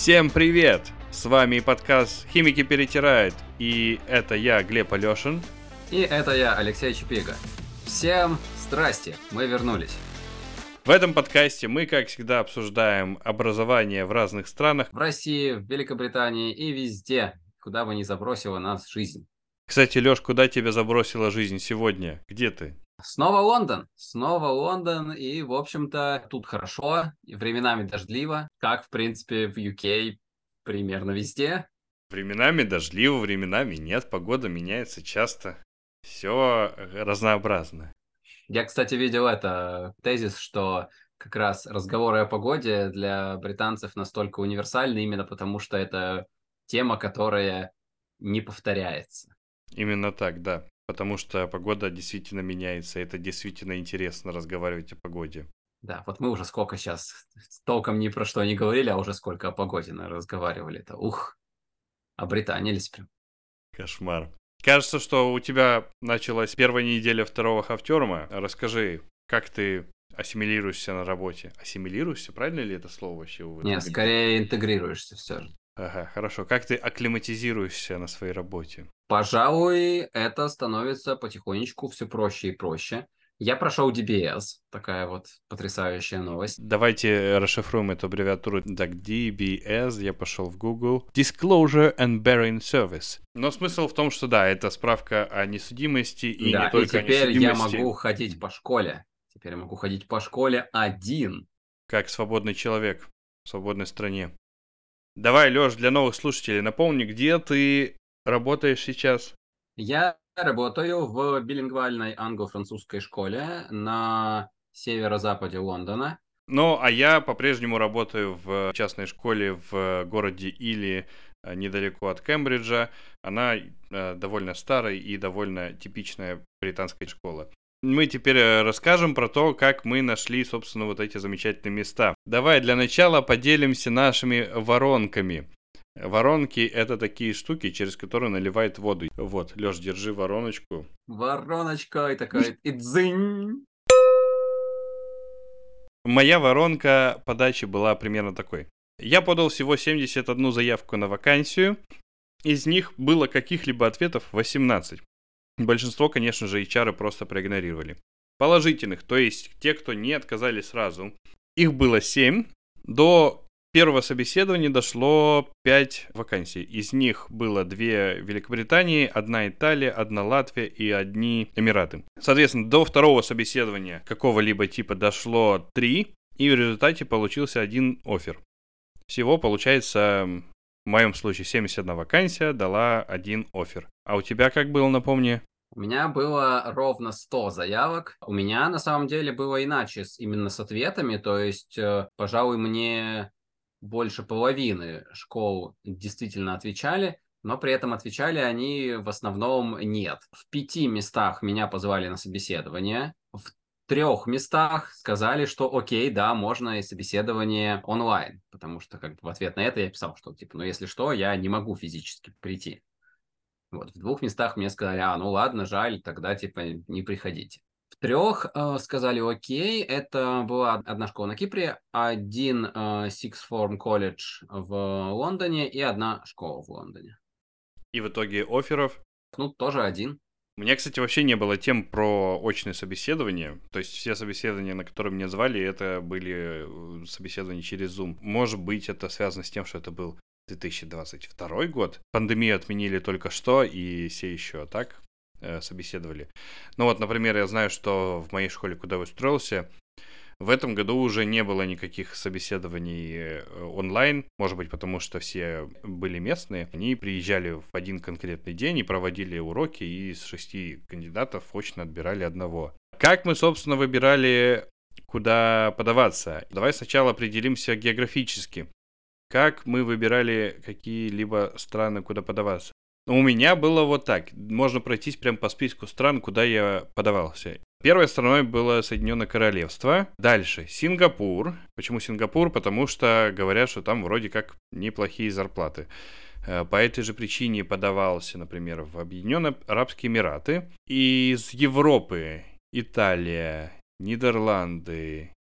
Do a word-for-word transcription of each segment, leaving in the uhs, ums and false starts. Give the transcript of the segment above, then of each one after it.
Всем привет! С вами подкаст «Химики перетирают», и это я, Глеб Алешин. И это я, Алексей Чапига. Всем здрасте, мы вернулись. В этом подкасте мы, как всегда, обсуждаем образование в разных странах. В России, в Великобритании и везде, куда бы ни забросила нас жизнь. Кстати, Лёш, куда тебя забросила жизнь сегодня? Где ты? Снова Лондон, снова Лондон, и, в общем-то, тут хорошо, и временами дождливо, как, в принципе, в ю кей примерно везде. Временами дождливо, временами нет, погода меняется часто. Все разнообразно. Я, кстати, видел это тезис, что как раз разговоры о погоде для британцев настолько универсальны именно потому, что это тема, которая не повторяется. Именно так, да. Потому что погода действительно меняется, это действительно интересно разговаривать о погоде. Да, вот мы уже сколько сейчас толком ни про что не говорили, а уже сколько о погоде разговаривали-то. Ух, обританились прям. Кошмар. Кажется, что у тебя началась первая неделя второго хафтерма. Расскажи, как ты ассимилируешься на работе? Ассимилируешься? Правильно ли это слово вообще? Нет, скорее интегрируешься все же. Ага, хорошо. Как ты акклиматизируешься на своей работе? Пожалуй, это становится потихонечку все проще и проще. Я прошел ди би эс, такая вот потрясающая новость. Давайте расшифруем эту аббревиатуру. Так, ди би эс, я пошел в Google. Disclosure and Bearing Service. Но смысл в том, что да, это справка о несудимости и да, не только и теперь о несудимости. я могу ходить по школе. Теперь я могу ходить по школе один. Как свободный человек в свободной стране. Давай, Лёш, для новых слушателей напомни, где ты работаешь сейчас? Я работаю в билингвальной англо-французской школе на северо-западе Лондона. Ну, а я по-прежнему работаю в частной школе в городе Или, недалеко от Кембриджа. Она э, довольно старая и довольно типичная британская школа. Мы теперь расскажем про то, как мы нашли, собственно, вот эти замечательные места. Давай для начала поделимся нашими воронками. Воронки — это такие штуки, через которые наливают воду. Вот, Лёш, держи вороночку. Вороночка и такая, и дзынь. Моя воронка подачи была примерно такой. Я подал всего семьдесят одну заявку на вакансию. Из них было каких-либо ответов восемнадцать. Большинство, конечно же, эйч ар просто проигнорировали. Положительных, то есть те, кто не отказали сразу, их было семь. До первого собеседования дошло пять вакансий. Из них было две в Великобритании, одна Италия, одна Латвия и одни Эмираты. Соответственно, до второго собеседования какого-либо типа дошло три, и в результате получился один оффер. Всего получается, в моем случае, семьдесят одна вакансия дала один оффер. А у тебя как было, напомни? У меня было ровно сто заявок. У меня на самом деле было иначе, с, именно с ответами. То есть, э, пожалуй, мне больше половины школ действительно отвечали, но при этом отвечали они в основном нет. В пяти местах меня позвали на собеседование. В трех местах сказали, что окей, да, можно и собеседование онлайн. Потому что как бы в ответ на это я писал, что типа, ну если что, я не могу физически прийти. Вот, в двух местах мне сказали, а, ну ладно, жаль, тогда типа не приходите. В трех э, сказали окей, это была одна школа на Кипре, один э, Sixth Form колледж в Лондоне и одна школа в Лондоне. И в итоге офферов? Ну, тоже один. У меня, кстати, вообще не было тем про очное собеседование. То есть все собеседования, на которые меня звали, это были собеседования через Zoom. Может быть, это связано с тем, что это был две тысячи двадцать второй год. Пандемию отменили только что, и все еще так э, собеседовали. Ну вот, например, я знаю, что в моей школе, куда я устроился, в этом году уже не было никаких собеседований онлайн. Может быть, потому что все были местные. Они приезжали в один конкретный день и проводили уроки, и из шести кандидатов очно отбирали одного. Как мы, собственно, выбирали, куда подаваться? Давай сначала определимся географически. Как мы выбирали какие-либо страны, куда подаваться? У меня было вот так. Можно пройтись прям по списку стран, куда я подавался. Первой страной было Соединенное Королевство. Дальше Сингапур. Почему Сингапур? Потому что говорят, что там вроде как неплохие зарплаты. По этой же причине подавался, например, в Объединенные Арабские Эмираты. Из Европы Италия, Нидерланды,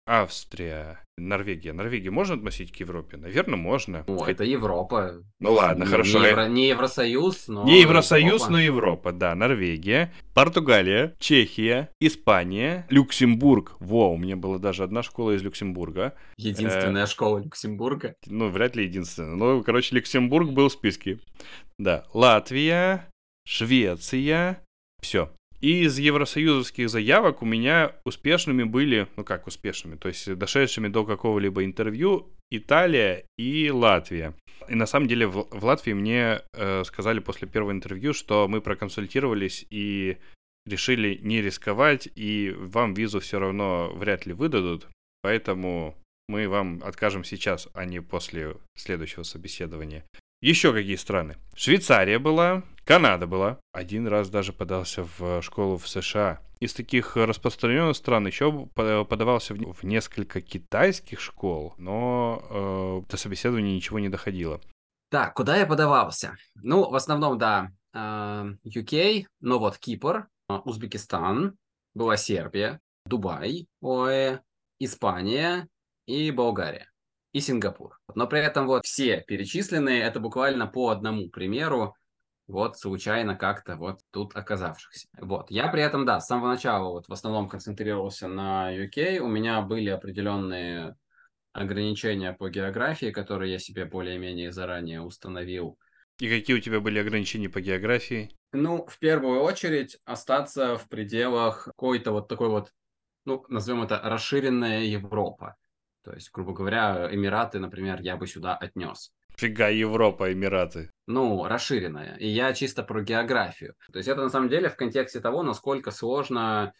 Австрия, Норвегия. Норвегию можно относить к Европе? Наверное, можно. Ну, Хоть- это Европа. Ну ладно, Не, хорошо. не, Евро- не Евросоюз, но Не Евросоюз, Европа. но Европа, да. Норвегия, Португалия, Чехия, Испания, Люксембург. Во, у меня была даже одна школа из Люксембурга. Единственная школа Люксембурга. Ну, вряд ли единственная. Ну, короче, Люксембург был в списке. Да. Латвия, Швеция. Все. И из евросоюзовских заявок у меня успешными были, ну как успешными, то есть дошедшими до какого-либо интервью Италия и Латвия. И на самом деле в, в Латвии мне э, сказали после первого интервью, что мы проконсультировались и решили не рисковать, и вам визу все равно вряд ли выдадут, поэтому мы вам откажем сейчас, а не после следующего собеседования. Еще какие страны? Швейцария была, Канада была. Один раз даже подался в школу в США. Из таких распространенных стран еще подавался в несколько китайских школ, но э, до собеседования ничего не доходило. Так, куда я подавался? Ну, в основном, да, э, ю кей, но вот Кипр, э, Узбекистан, была Сербия, Дубай, ОЭ, Испания и Болгария. И Сингапур. Но при этом вот все перечисленные, это буквально по одному примеру, вот случайно как-то вот тут оказавшихся. Вот. Я при этом, да, с самого начала вот в основном концентрировался на ю кей. У меня были определенные ограничения по географии, которые я себе более-менее заранее установил. И какие у тебя были ограничения по географии? Ну, в первую очередь, остаться в пределах какой-то вот такой вот, ну, назовем это расширенная Европа. То есть, грубо говоря, Эмираты, например, я бы сюда отнес. Фига, Европа, Эмираты. Ну, расширенная. И я чисто про географию. То есть это на самом деле в контексте того, насколько сложно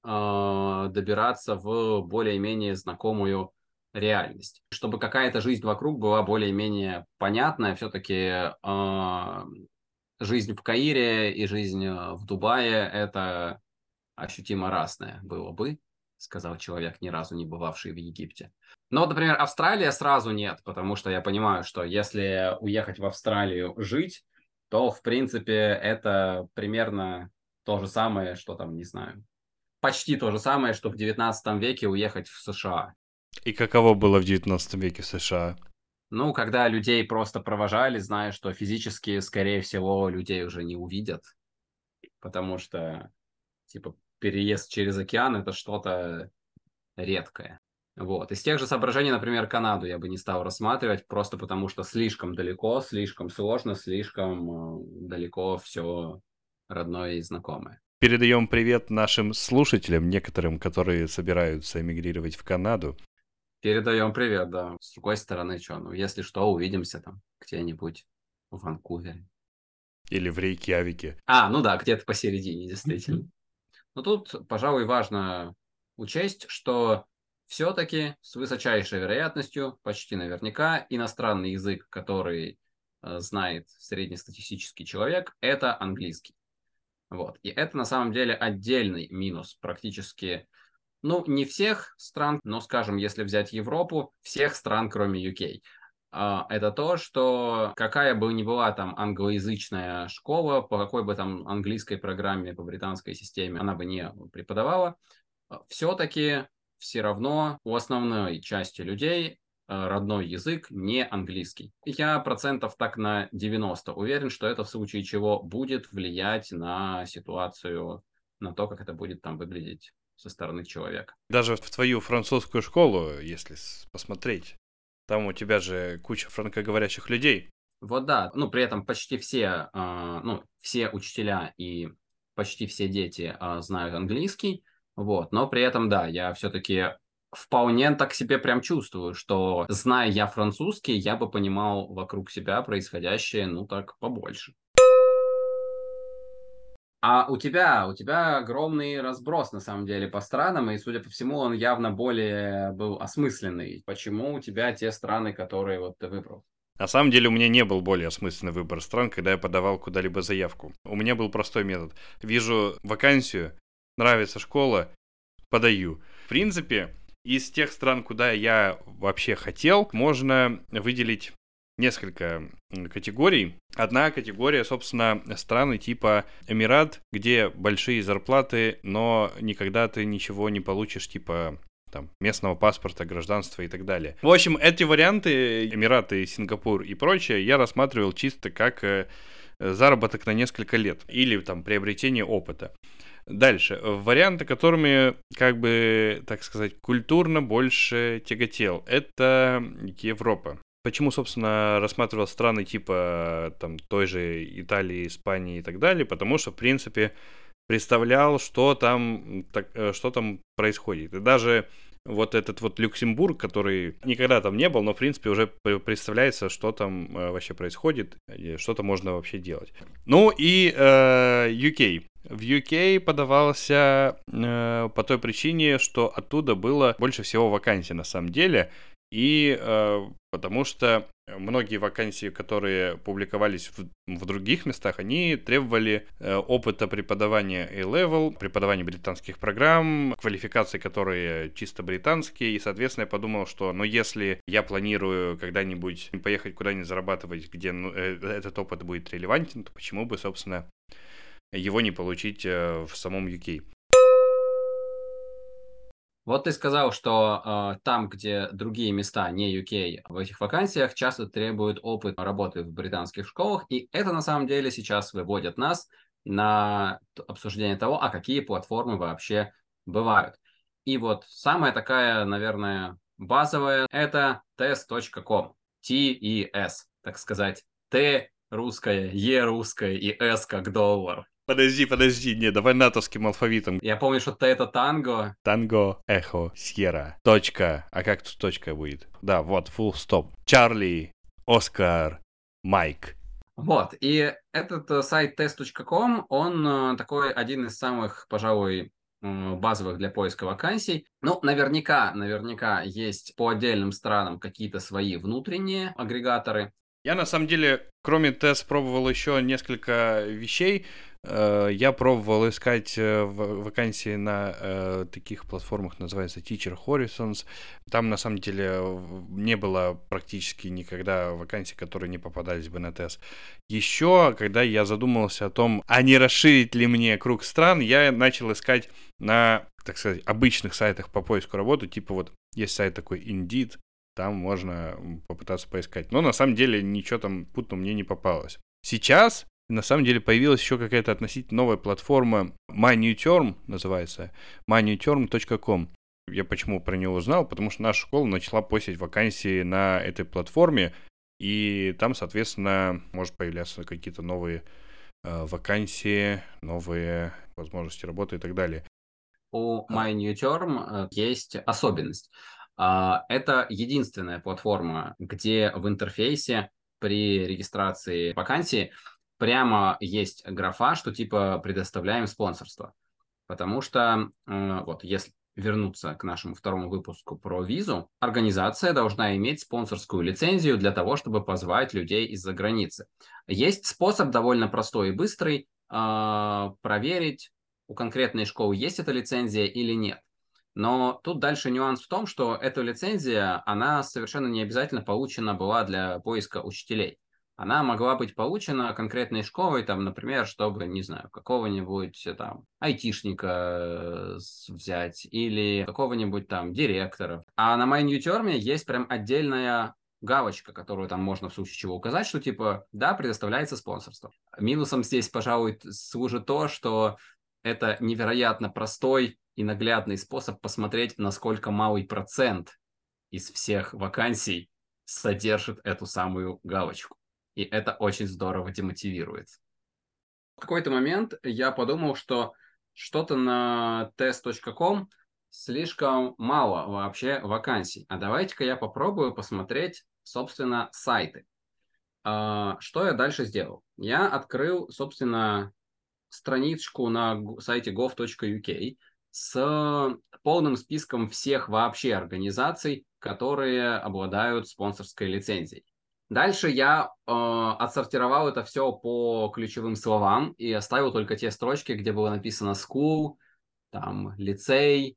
э, добираться в более-менее знакомую реальность. Чтобы какая-то жизнь вокруг была более-менее понятная, все-таки э, жизнь в Каире и жизнь в Дубае – это ощутимо разное было бы, сказал человек, ни разу не бывавший в Египте. Но, вот, например, Австралия сразу нет, потому что я понимаю, что если уехать в Австралию жить, то, в принципе, это примерно то же самое, что там, не знаю, почти то же самое, что в девятнадцатом веке уехать в США. И каково было в девятнадцатом веке в США? Ну, когда людей просто провожали, зная, что физически, скорее всего, людей уже не увидят, потому что, типа, переезд через океан – это что-то редкое. Вот. Из тех же соображений, например, Канаду я бы не стал рассматривать, просто потому что слишком далеко, слишком сложно, слишком э, далеко все родное и знакомое. Передаем привет нашим слушателям, некоторым, которые собираются эмигрировать в Канаду. Передаем привет, да. С другой стороны, что, ну, если что, увидимся там где-нибудь в Ванкувере. Или в Рейкьявике. А, ну да, где-то посередине, действительно. Но тут, пожалуй, важно учесть, что все-таки с высочайшей вероятностью, почти наверняка, иностранный язык, который э, знает среднестатистический человек, это английский. Вот. И это на самом деле отдельный минус практически, ну, не всех стран, но, скажем, если взять Европу, всех стран, кроме ю кей. Uh, это то, что какая бы ни была там англоязычная школа, по какой бы там английской программе, по британской системе она бы не преподавала, все-таки все равно у основной части людей uh, родной язык не английский. Я процентов так на девяносто уверен, что это в случае чего будет влиять на ситуацию, на то, как это будет там выглядеть со стороны человека. Даже в твою французскую школу, если посмотреть, там у тебя же куча франкоговорящих людей. Вот да, ну при этом почти все, э, ну все учителя и почти все дети э, знают английский, вот, но при этом да, я все-таки вполне так себе прям чувствую, что зная я французский, я бы понимал вокруг себя происходящее, ну так побольше. А у тебя, у тебя огромный разброс, на самом деле, по странам, и, судя по всему, он явно более был осмысленный. Почему у тебя те страны, которые вот ты выбрал? На самом деле у меня не был более осмысленный выбор стран, когда я подавал куда-либо заявку. У меня был простой метод. Вижу вакансию, нравится школа, подаю. В принципе, из тех стран, куда я вообще хотел, можно выделить несколько категорий. Одна категория, собственно, страны типа Эмират, где большие зарплаты, но никогда ты ничего не получишь, типа там, местного паспорта, гражданства и так далее. В общем, эти варианты, Эмираты, Сингапур и прочее, я рассматривал чисто как э, заработок на несколько лет или там приобретение опыта. Дальше. Варианты, которыми, как бы, так сказать, культурно больше тяготел, это Европа. Почему, собственно, рассматривал страны типа там, той же Италии, Испании и так далее? Потому что, в принципе, представлял, что там, так, что там происходит. И даже вот этот вот Люксембург, который никогда там не был, но, в принципе, уже представляется, что там э, вообще происходит, что-то можно вообще делать. Ну и э, ю кей. В ю кей подавался э, по той причине, что оттуда было больше всего вакансий на самом деле. И э, потому что многие вакансии, которые публиковались в, в других местах, они требовали э, опыта преподавания A-Level, преподавания британских программ, квалификации, которые чисто британские. И, соответственно, я подумал, что ну, если я планирую когда-нибудь поехать куда-нибудь зарабатывать, где ну, э, этот опыт будет релевантен, то почему бы, собственно, его не получить э, в самом ю кей. Вот ты сказал, что э, там, где другие места, не ю кей, в этих вакансиях часто требуют опыт работы в британских школах, и это на самом деле сейчас выводит нас на обсуждение того, а какие платформы вообще бывают. И вот самая такая, наверное, базовая, это тест точка ком, ти и эс, так сказать, Т русская, Е русская и С как доллар. Подожди, подожди, не, давай натовским алфавитом. Я помню, что Т это танго. Танго, эхо, сьерра, точка. А как тут точка будет? Да, вот, full stop. Чарли, Оскар, Майк. Вот, и этот сайт тест точка ком, он такой один из самых, пожалуй, базовых для поиска вакансий. Ну, наверняка, наверняка есть по отдельным странам какие-то свои внутренние агрегаторы. Я, на самом деле, кроме тест, пробовал еще несколько вещей. Я пробовал искать вакансии на э, таких платформах, называется Teacher Horizons. Там, на самом деле, не было практически никогда вакансий, которые не попадались бы на тест. Еще, когда я задумался о том, а не расширить ли мне круг стран, я начал искать на, так сказать, обычных сайтах по поиску работы. Типа вот есть сайт такой Indeed, там можно попытаться поискать. Но на самом деле ничего там путного мне не попалось. Сейчас на самом деле появилась еще какая-то относительно новая платформа MyNewTerm, называется, my new term точка com. Я почему про него узнал? Потому что наша школа начала постить вакансии на этой платформе, и там, соответственно, может появляться какие-то новые э, вакансии, новые возможности работы и так далее. У MyNewTerm есть особенность. Это единственная платформа, где в интерфейсе при регистрации вакансии прямо есть графа, что типа предоставляем спонсорство. Потому что, э, вот, если вернуться к нашему второму выпуску про визу, организация должна иметь спонсорскую лицензию для того, чтобы позвать людей из-за границы. Есть способ довольно простой и быстрый э, проверить, у конкретной школы есть эта лицензия или нет. Но тут дальше нюанс в том, что эта лицензия, она совершенно не обязательно получена была для поиска учителей. Она могла быть получена конкретной школой, там, например, чтобы, не знаю, какого-нибудь там айтишника взять или какого-нибудь там директора. А на MyNewTerm есть прям отдельная галочка, которую там можно в случае чего указать, что типа, да, предоставляется спонсорство. Минусом здесь, пожалуй, служит то, что это невероятно простой и наглядный способ посмотреть, насколько малый процент из всех вакансий содержит эту самую галочку. И это очень здорово демотивирует. В какой-то момент я подумал, что что-то на тест точка ком слишком мало вообще вакансий. А давайте-ка я попробую посмотреть, собственно, сайты. Что я дальше сделал? Я открыл, собственно, страничку на сайте gov точка ю кей с полным списком всех вообще организаций, которые обладают спонсорской лицензией. Дальше я э, отсортировал это все по ключевым словам и оставил только те строчки, где было написано school, там, лицей,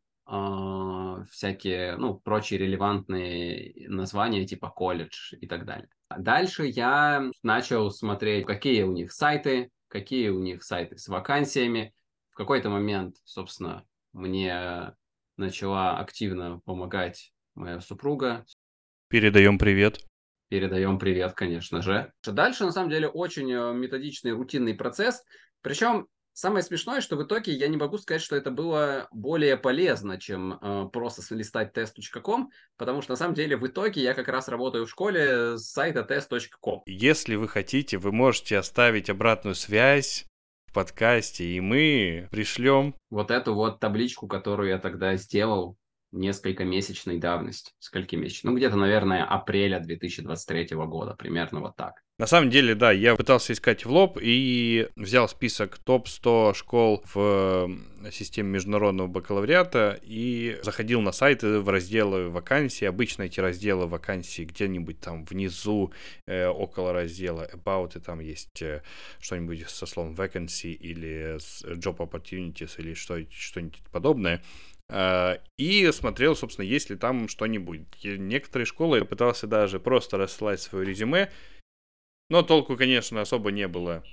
э, всякие, ну, прочие релевантные названия типа колледж и так далее. Дальше я начал смотреть, какие у них сайты, какие у них сайты с вакансиями. В какой-то момент, собственно, мне начала активно помогать моя супруга. Передаем привет. Передаем привет, конечно же. Дальше, на самом деле, очень э, методичный, рутинный процесс. Причем самое смешное, что в итоге я не могу сказать, что это было более полезно, чем э, просто листать тест точка ком, потому что на самом деле в итоге я как раз работаю в школе с сайта тест точка ком. Если вы хотите, вы можете оставить обратную связь в подкасте, и мы пришлем. Вот эту вот табличку, которую я тогда сделал, несколько месячной давности. Скольки месячной? Ну, где-то, наверное, апреля две тысячи двадцать третьего года, примерно вот так. На самом деле, да, я пытался искать в лоб и взял список топ сто школ в системе международного бакалавриата и заходил на сайты в разделы вакансий. Обычно эти разделы вакансий где-нибудь там внизу, э, около раздела About, и там есть э, что-нибудь со словом vacancy или job opportunities или что, что-нибудь подобное. И смотрел, собственно, есть ли там что-нибудь. Некоторые школы я пытался даже просто рассылать свое резюме, но толку, конечно, особо не было.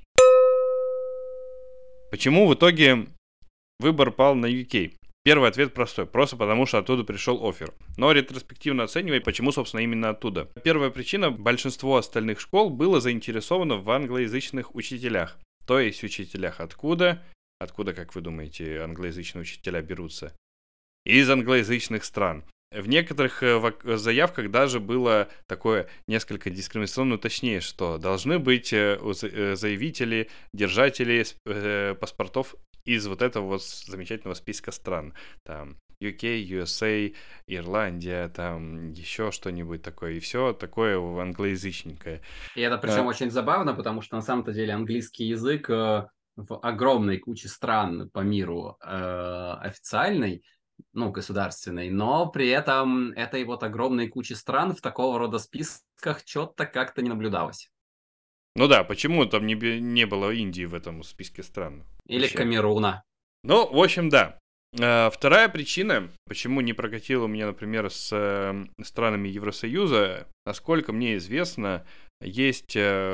Почему в итоге выбор пал на ю кей? Первый ответ простой. Просто потому, что оттуда пришел оффер. Но ретроспективно оценивая, почему, собственно, именно оттуда. Первая причина. Большинство остальных школ было заинтересовано в англоязычных учителях. То есть учителях откуда? Откуда, как вы думаете, англоязычные учителя берутся? Из англоязычных стран. В некоторых заявках даже было такое несколько дискриминационно уточнение, что должны быть заявители, держатели паспортов из вот этого вот замечательного списка стран. Там ю кей, ю эс эй, Ирландия, там еще что-нибудь такое. И все такое англоязычненькое. И это причем а... очень забавно, потому что на самом-то деле английский язык э, в огромной куче стран по миру э, официальный, ну, государственной, но при этом этой вот огромной кучи стран в такого рода списках что-то как-то не наблюдалось. Ну да, почему там не, не было Индии в этом списке стран? Или вообще? Камеруна. Ну, в общем, да. Вторая причина, почему не прокатило у меня, например, с странами Евросоюза, насколько мне известно, есть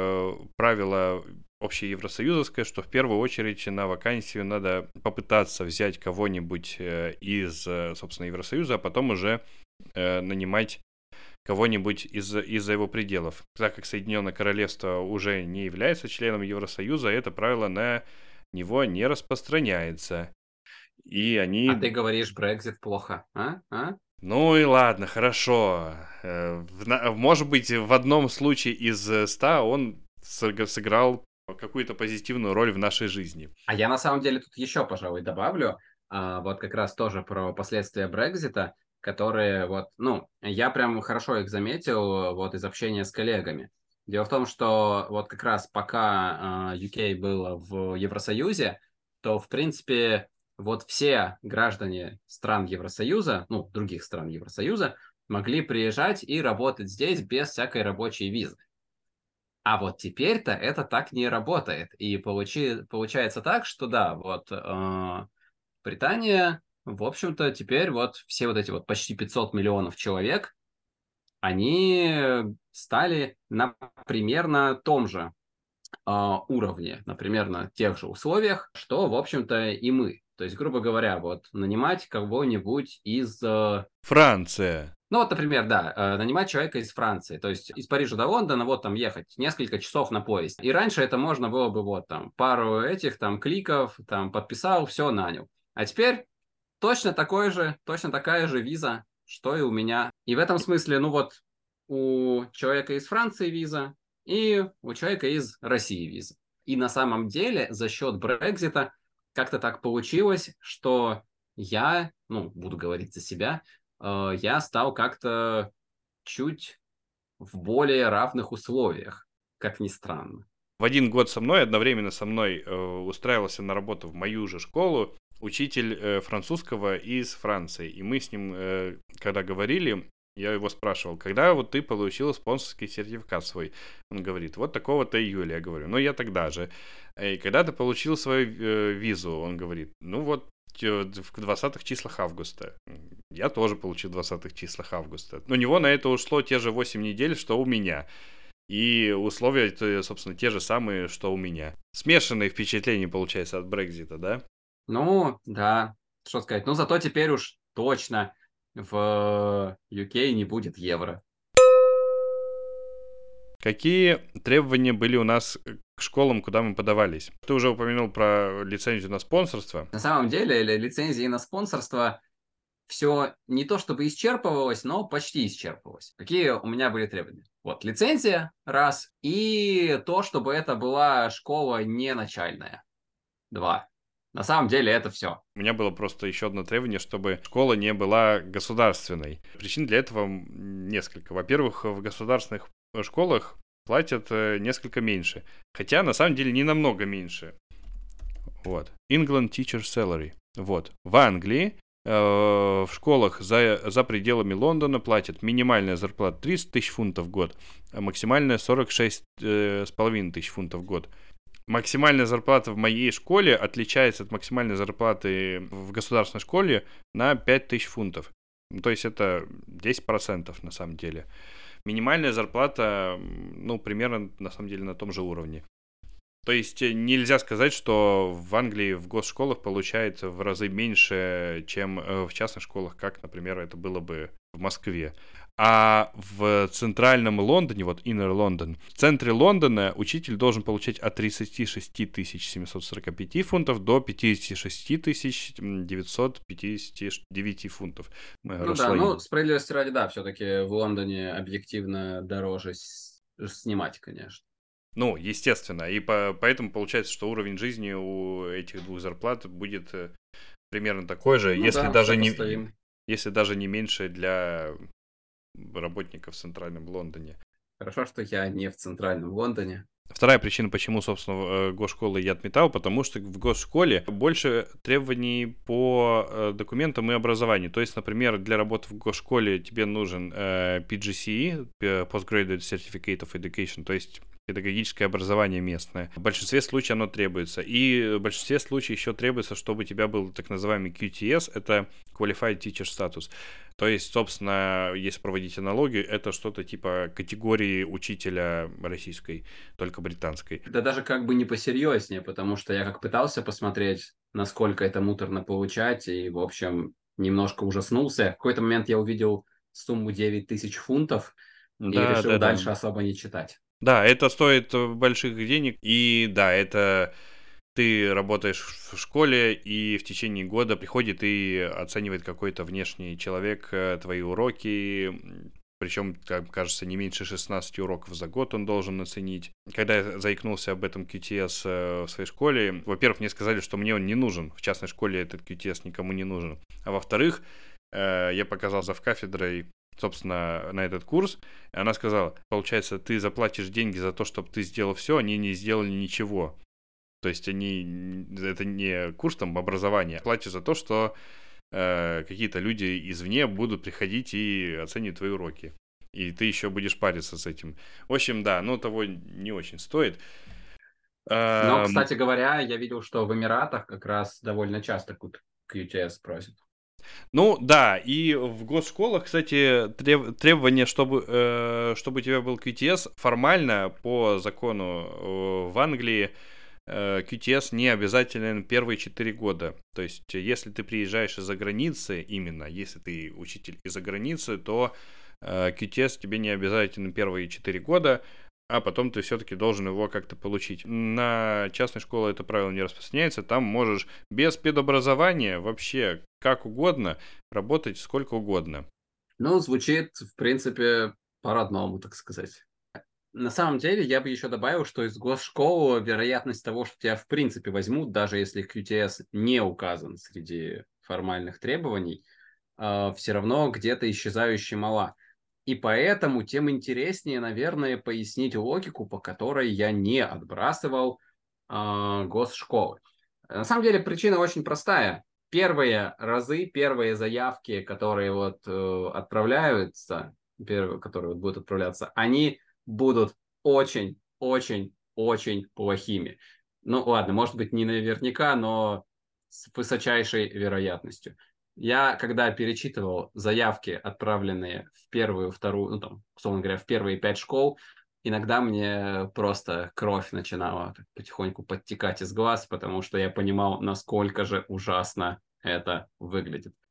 правило общеевросоюзовское, что в первую очередь на вакансию надо попытаться взять кого-нибудь из, собственно, Евросоюза, а потом уже нанимать кого-нибудь из, из-за его пределов. Так как Соединенное Королевство уже не является членом Евросоюза, это правило на него не распространяется. И они... А ты говоришь, Brexit плохо, а? а? Ну и ладно, хорошо. Может быть, в одном случае из ста он сыграл какую-то позитивную роль в нашей жизни. А я на самом деле тут еще, пожалуй, добавлю, а, вот как раз тоже про последствия Брексита, которые вот, ну, я прям хорошо их заметил вот из общения с коллегами. Дело в том, что вот как раз пока ю кей было в Евросоюзе, то, в принципе, вот все граждане стран Евросоюза, ну, других стран Евросоюза, могли приезжать и работать здесь без всякой рабочей визы. А вот теперь-то это так не работает. И получи, получается так, что да, вот э, Британия, в общем-то, теперь вот все вот эти вот почти пятьсот миллионов человек, они стали на примерно том же э, уровне, на примерно тех же условиях, что, в общем-то, и мы. То есть, грубо говоря, вот нанимать кого-нибудь из... Э, Франция. Ну вот, например, да, э, нанимать человека из Франции, то есть из Парижа до Лондона, вот там ехать несколько часов на поезд. И раньше это можно было бы вот там пару этих там кликов, там подписал, все, нанял. А теперь точно такой же, точно такая же виза, что и у меня. И в этом смысле, ну вот у человека из Франции виза и у человека из России виза. И на самом деле за счет Брексита как-то так получилось, что я, ну, буду говорить за себя, я стал как-то чуть в более равных условиях, как ни странно. В один год со мной, одновременно со мной э, устраивался на работу в мою же школу учитель э, французского из Франции. И мы с ним, э, когда говорили, я его спрашивал, когда вот ты получил спонсорский сертификат свой? Он говорит, вот такого-то июля. Я говорю, ну я тогда же. И когда ты получил свою э, визу? Он говорит, ну вот в двадцатых числах августа. Я тоже получил в двадцатых числах августа. У него на это ушло те же восемь недель, что у меня. И условия, собственно, те же самые, что у меня. Смешанные впечатления, получается, от Брексита, да? Ну, да. Что сказать. Ну, зато теперь уж точно в ю кей не будет евро. Какие требования были у нас к школам, куда мы подавались? Ты уже упомянул про лицензию на спонсорство. На самом деле, лицензии на спонсорство все не то чтобы исчерпывалось, но почти исчерпывалось. Какие у меня были требования? Вот, лицензия, раз, и то, чтобы это была школа не начальная, два. На самом деле это все. У меня было просто еще одно требование, чтобы школа не была государственной. Причин для этого несколько. Во-первых, в государственных школах платят несколько меньше. Хотя, на самом деле, не намного меньше. Вот. England Teacher Salary. Вот. В Англии э, в школах за, за пределами Лондона платят минимальная зарплата тридцать тысяч фунтов в год, а максимальная сорок шесть с половиной тысяч фунтов в год. Максимальная зарплата в моей школе отличается от максимальной зарплаты в государственной школе на пять тысяч фунтов. То есть это десять процентов на самом деле. Минимальная зарплата, ну, примерно, на самом деле, на том же уровне. То есть нельзя сказать, что в Англии в госшколах получается в разы меньше, чем в частных школах, как, например, это было бы в Москве. А в центральном Лондоне, вот Inner London, в центре Лондона учитель должен получать от тридцать шесть тысяч семьсот сорок пять фунтов до пятьдесят шесть тысяч девятьсот пятьдесят девять фунтов. Ну да, ну, справедливости ради, да, все-таки в Лондоне объективно дороже с- снимать, конечно. Ну, естественно. И по, поэтому получается, что уровень жизни у этих двух зарплат будет э, примерно такой же, Ну если, да, даже не, сопоставим. если даже не меньше для работников в центральном Лондоне. Хорошо, что я не в центральном Лондоне. Вторая причина, почему, собственно, госшколы я отметал, потому что в госшколе больше требований по документам и образованию. То есть, например, для работы в госшколе тебе нужен пи джи си и, Postgraduate Certificate of Education, то есть педагогическое образование местное. В большинстве случаев оно требуется. И в большинстве случаев еще требуется, чтобы у тебя был так называемый кью ти эс, это Qualified Teacher Status. То есть, собственно, если проводить аналогию, это что-то типа категории учителя российской, только британской. Да даже как бы не посерьезнее, потому что я как пытался посмотреть, насколько это муторно получать, и, в общем, немножко ужаснулся. В какой-то момент я увидел сумму девять тысяч фунтов и Да, решил да, дальше да. особо не читать. Да, это стоит больших денег, и да, это ты работаешь в школе, и в течение года приходит и оценивает какой-то внешний человек твои уроки, причем, как кажется, не меньше шестнадцати уроков за год он должен оценить. Когда я заикнулся об этом кью ти эс в своей школе, во-первых, мне сказали, что мне он не нужен, в частной школе этот кью ти эс никому не нужен, а во-вторых, я показал завкафедрой, собственно, на этот курс, и она сказала, получается, ты заплатишь деньги за то, чтобы ты сделал все, они не сделали ничего. То есть они, это не курс там образования, платишь за то, что э, какие-то люди извне будут приходить и оценивать твои уроки. И ты еще будешь париться с этим. В общем, да, ну того не очень стоит. Но, кстати говоря, я видел, что в Эмиратах как раз довольно часто кью ти эс просят. Ну да, и в госшколах, кстати, треб- требование, чтобы, э, чтобы у тебя был кью ти эс, формально по закону э, в Англии э, кью ти эс не обязателен первые четыре года. То есть, если ты приезжаешь из-за границы, именно если ты учитель из-за границы, то э, кью ти эс тебе не обязателен первые четыре года, а потом ты все-таки должен его как-то получить. На частной школе это правило не распространяется, там можешь без педобразования вообще как угодно работать сколько угодно. Ну, звучит, в принципе, по-родному, так сказать. На самом деле, я бы еще добавил, что из госшколы вероятность того, что тебя в принципе возьмут, даже если кью ти эс не указан среди формальных требований, э, все равно где-то исчезающе мала. И поэтому тем интереснее, наверное, пояснить логику, по которой я не отбрасывал э, госшколы. На самом деле причина очень простая. Первые разы, первые заявки, которые вот э, отправляются, первые, которые вот будут отправляться, они будут очень, очень, очень плохими. Ну ладно, может быть не наверняка, но с высочайшей вероятностью. Я, когда перечитывал заявки, отправленные в первую, вторую, ну там, условно говоря, в первые пять школ, иногда мне просто кровь начинала потихоньку подтекать из глаз, потому что я понимал, насколько же ужасно это выглядит.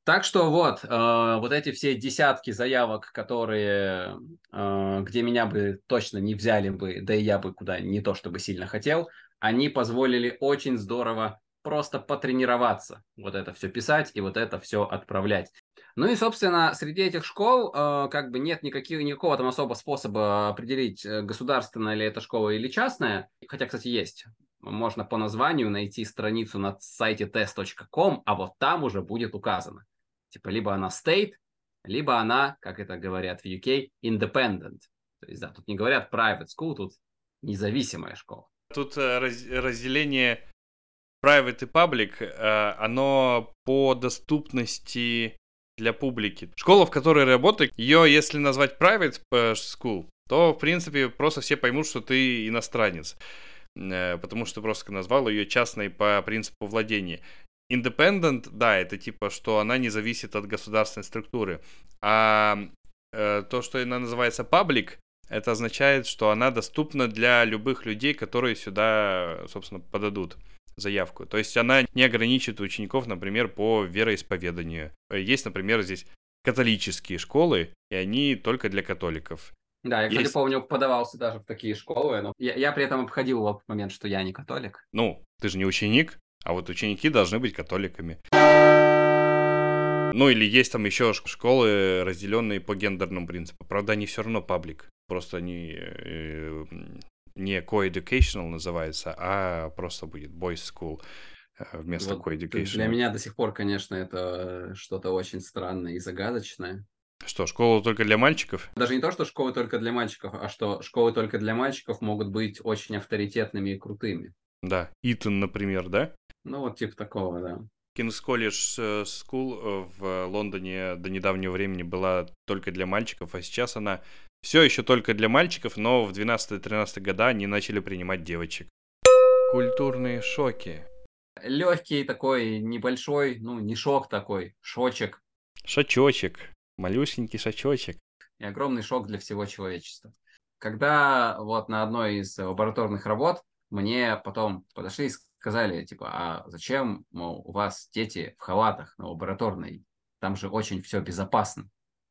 Так что вот, э, вот эти все десятки заявок, которые, э, где меня бы точно не взяли бы, да и я бы куда не то чтобы сильно хотел, они позволили очень здорово просто потренироваться, вот это все писать и вот это все отправлять. Ну и, собственно, среди этих школ э, как бы нет никаких, никакого там особо способа определить, э, государственная ли это школа или частная. Хотя, кстати, есть. Можно по названию найти страницу на сайте тест точка ком, а вот там уже будет указано. Типа либо она state, либо она, как это говорят в ю кей, independent. То есть, да, тут не говорят private school, тут независимая школа. Тут э, раз- разделение private и public, э, оно по доступности для публики. Школа, в которой работаю, ее, если назвать private school, то, в принципе, просто все поймут, что ты иностранец. Э, потому что просто назвал ее частной по принципу владения. Independent, да, это типа, что она не зависит от государственной структуры. А э, то, что она называется public, это означает, что она доступна для любых людей, которые сюда, собственно, подадут заявку. То есть она не ограничивает учеников, например, по вероисповеданию. Есть, например, здесь католические школы, и они только для католиков. Да, я, кстати, Есть. помню, подавался даже в такие школы, но я, я при этом обходил его момент, что я не католик. Ну, ты же не ученик, а вот ученики должны быть католиками. Ну, или есть там еще школы, разделенные по гендерному принципу. Правда, они все равно паблик. Просто они э, не co-educational называется, а просто будет boys school вместо Вот co-educational. для меня до сих пор, конечно, это что-то очень странное и загадочное. Что, школа только для мальчиков? Даже не то, что школы только для мальчиков, а что школы только для мальчиков могут быть очень авторитетными и крутыми. Да, Итон, например, да? Ну, вот типа такого, да. Кингс Колледж School в Лондоне до недавнего времени была только для мальчиков, а сейчас она все еще только для мальчиков, но в двенадцатые-тринадцатые года они начали принимать девочек. Культурные шоки. Легкий такой, небольшой, ну, не шок такой, шочек. Шачочек. Малюсенький шачочек. И огромный шок для всего человечества. Когда вот на одной из лабораторных работ мне потом подошли и сказали, типа, а зачем, мол, у вас дети в халатах на лабораторной? Там же очень все безопасно.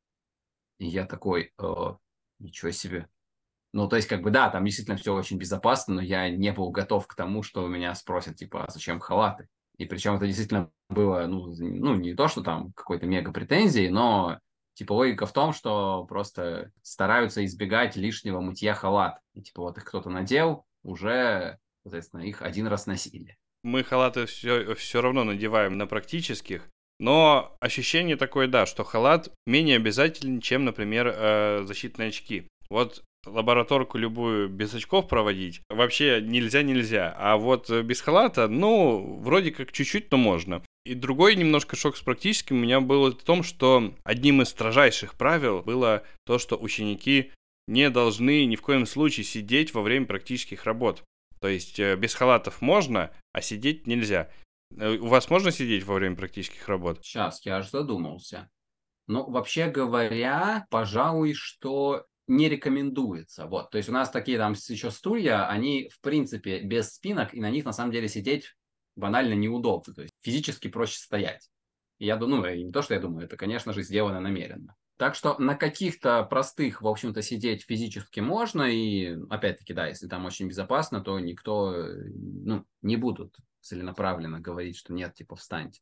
И я такой, э, ничего себе. Ну, то есть, как бы, да, там действительно все очень безопасно, но я не был готов к тому, что у меня спросят, типа, а зачем халаты? И причем это действительно было, ну, ну не то, что там какой-то мега претензии, но, типа, логика в том, что просто стараются избегать лишнего мытья халат. И, типа, вот их кто-то надел, уже, соответственно, их один раз носили. Мы халаты все, все равно надеваем на практических, но ощущение такое, да, что халат менее обязателен, чем, например, э, защитные очки. Вот лабораторку любую без очков проводить вообще нельзя-нельзя, а вот без халата, ну, вроде как чуть-чуть, но можно. И другой немножко шок с практическим у меня был в том, что одним из строжайших правил было то, что ученики не должны ни в коем случае сидеть во время практических работ. То есть без халатов можно, а сидеть нельзя. У вас можно сидеть во время практических работ? Сейчас, я аж задумался. Ну, вообще говоря, пожалуй, что не рекомендуется. Вот, то есть у нас такие там еще стулья, они, в принципе, без спинок, и на них, на самом деле, сидеть банально неудобно. То есть физически проще стоять. И я думаю, ну, и не то, что я думаю, это, конечно же, сделано намеренно. Так что на каких-то простых, в общем-то, сидеть физически можно, и, опять-таки, да, если там очень безопасно, то никто, ну, не будут целенаправленно говорить, что нет, типа, встаньте.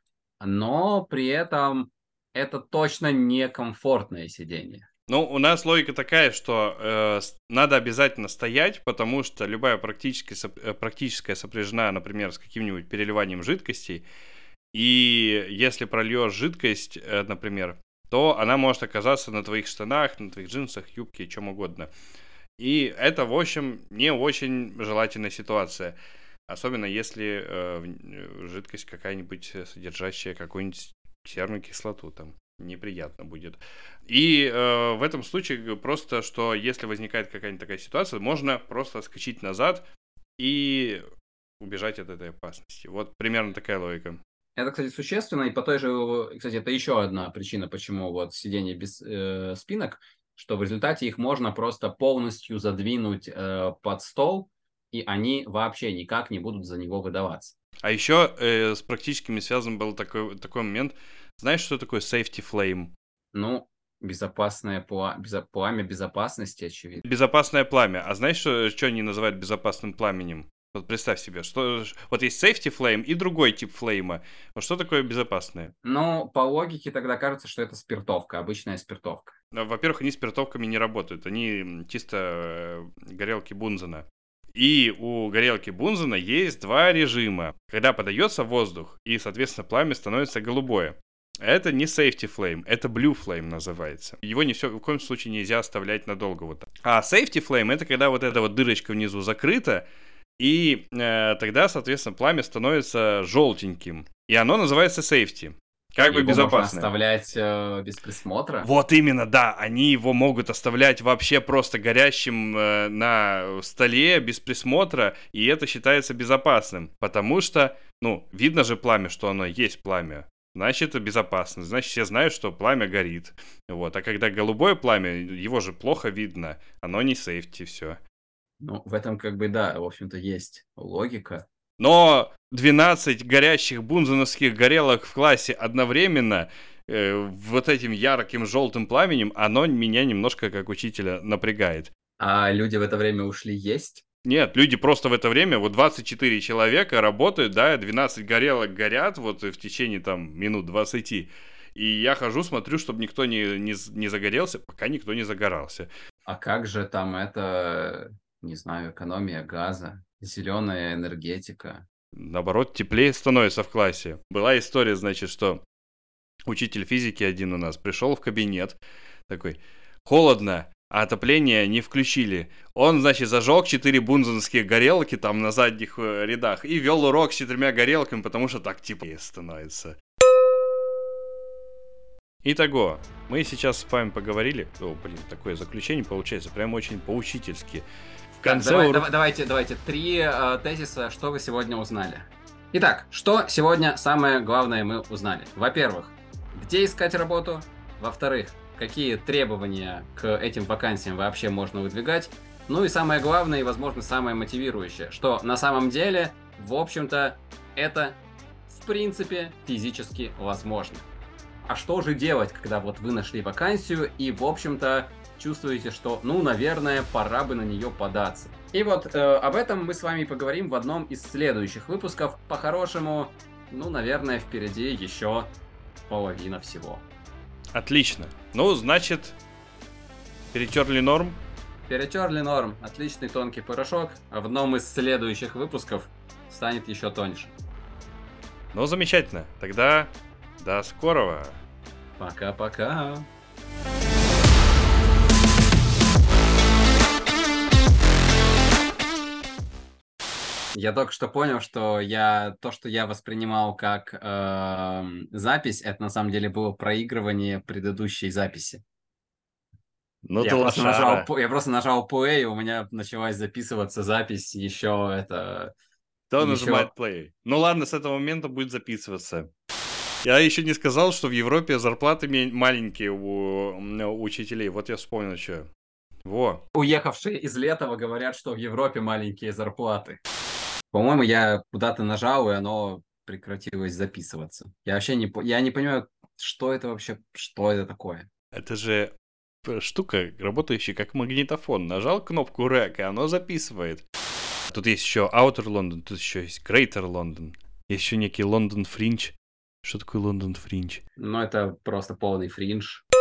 Но при этом это точно не комфортное сидение. Ну, у нас логика такая, что э, надо обязательно стоять, потому что любая практическая, соп- практическая сопряжена, например, с каким-нибудь переливанием жидкостей, и если прольешь жидкость, э, например, то она может оказаться на твоих штанах, на твоих джинсах, юбке, чем угодно. И это, в общем, не очень желательная ситуация. Особенно если э, жидкость какая-нибудь, содержащая какую-нибудь серную кислоту, там неприятно будет. И э, в этом случае просто, что если возникает какая-нибудь такая ситуация, можно просто скачать назад и убежать от этой опасности. Вот примерно такая логика. Это, кстати, существенно, и по той же, кстати, это еще одна причина, почему вот сидение без э, спинок, что в результате их можно просто полностью задвинуть э, под стол, и они вообще никак не будут за него выдаваться. А еще э, с практическими связан был такой, такой момент, Знаешь, что такое safety flame? Ну, безопасное пла... безо- пламя безопасности, очевидно. Безопасное пламя. А знаешь, что, что они называют безопасным пламенем? Вот представь себе, что вот есть safety flame и другой тип флейма. Вот что такое безопасное? Ну, по логике тогда кажется, что это спиртовка, обычная спиртовка. Во-первых, они спиртовками не работают. Они чисто э, горелки Бунзена. И у горелки Бунзена есть два режима. Когда подается воздух, и, соответственно, пламя становится голубое. Это не safety flame, это blue flame называется. Его ни в коем случае нельзя оставлять надолго вот так. А safety flame — это когда вот эта вот дырочка внизу закрыта, и э, тогда, соответственно, пламя становится желтеньким. И оно называется safety. Как бы Его безопасное. можно оставлять э, без присмотра. Вот именно, да. Они его могут оставлять вообще просто горящим э, на столе, без присмотра, и это считается безопасным. Потому что, ну, видно же пламя, что оно есть пламя. Значит, это безопасно. Значит, все знают, что пламя горит. Вот. А когда голубое пламя, его же плохо видно. Оно не сейфти, все. Ну, в этом как бы, да, в общем-то, есть логика. Но двенадцать горящих бунзеновских горелок в классе одновременно э, вот этим ярким желтым пламенем, оно меня немножко как учителя напрягает. А люди в это время ушли есть? Нет, люди просто в это время, вот двадцать четыре человека работают, да, двенадцать горелок горят вот в течение там минут двадцати. И я хожу, смотрю, чтобы никто не, не, не загорелся, пока никто не загорался. А как же там это, не знаю, экономия газа, зеленая энергетика? Наоборот, теплее становится в классе. Была история, значит, что учитель физики один у нас пришел в кабинет, такой, холодно, а отопление не включили. Он, значит, зажег четыре бунзенские горелки там на задних рядах и вел урок с четырьмя горелками, потому что так теплее становится. Итого, мы сейчас с вами поговорили. О, блин, такое заключение получается прям очень поучительски. В конце Давай, ур... давай, давайте, давайте, три э, тезиса, что вы сегодня узнали. Итак, что сегодня самое главное мы узнали? Во-первых, где искать работу? Во-вторых, какие требования к этим вакансиям вообще можно выдвигать? Ну и самое главное, и, возможно, самое мотивирующее, что на самом деле, в общем-то, это, в принципе, физически возможно. А что же делать, когда вот вы нашли вакансию и, в общем-то, чувствуете, что, ну, наверное, пора бы на нее податься? И вот э, об этом мы с вами поговорим в одном из следующих выпусков. По-хорошему, ну, наверное, впереди еще половина всего. Отлично. Ну, значит, перетерли норм? Перетерли норм. Отличный тонкий порошок. А в одном из следующих выпусков станет еще тоньше. Ну, замечательно. Тогда до скорого. Пока-пока. Я только что понял, что я то, что я воспринимал как э, запись, это на самом деле было проигрывание предыдущей записи. Ну я, ты просто лошара. нажал, я просто нажал play, и у меня началась записываться запись еще это... Кто еще... нажимает play? Ну ладно, с этого момента будет записываться. Я еще не сказал, что в Европе зарплаты маленькие у, у учителей. Вот я вспомнил, что. Во. Уехавшие из Летова говорят, что в Европе маленькие зарплаты. По-моему, я куда-то нажал, и оно прекратилось записываться. Я вообще не, я не понимаю, что это вообще, что это такое. Это же штука, работающая как магнитофон. Нажал кнопку рек, и оно записывает. Тут есть еще Outer London, тут еще есть Greater London. Есть еще некий London Fringe. Что такое London Fringe? Ну, это просто полный фриндж.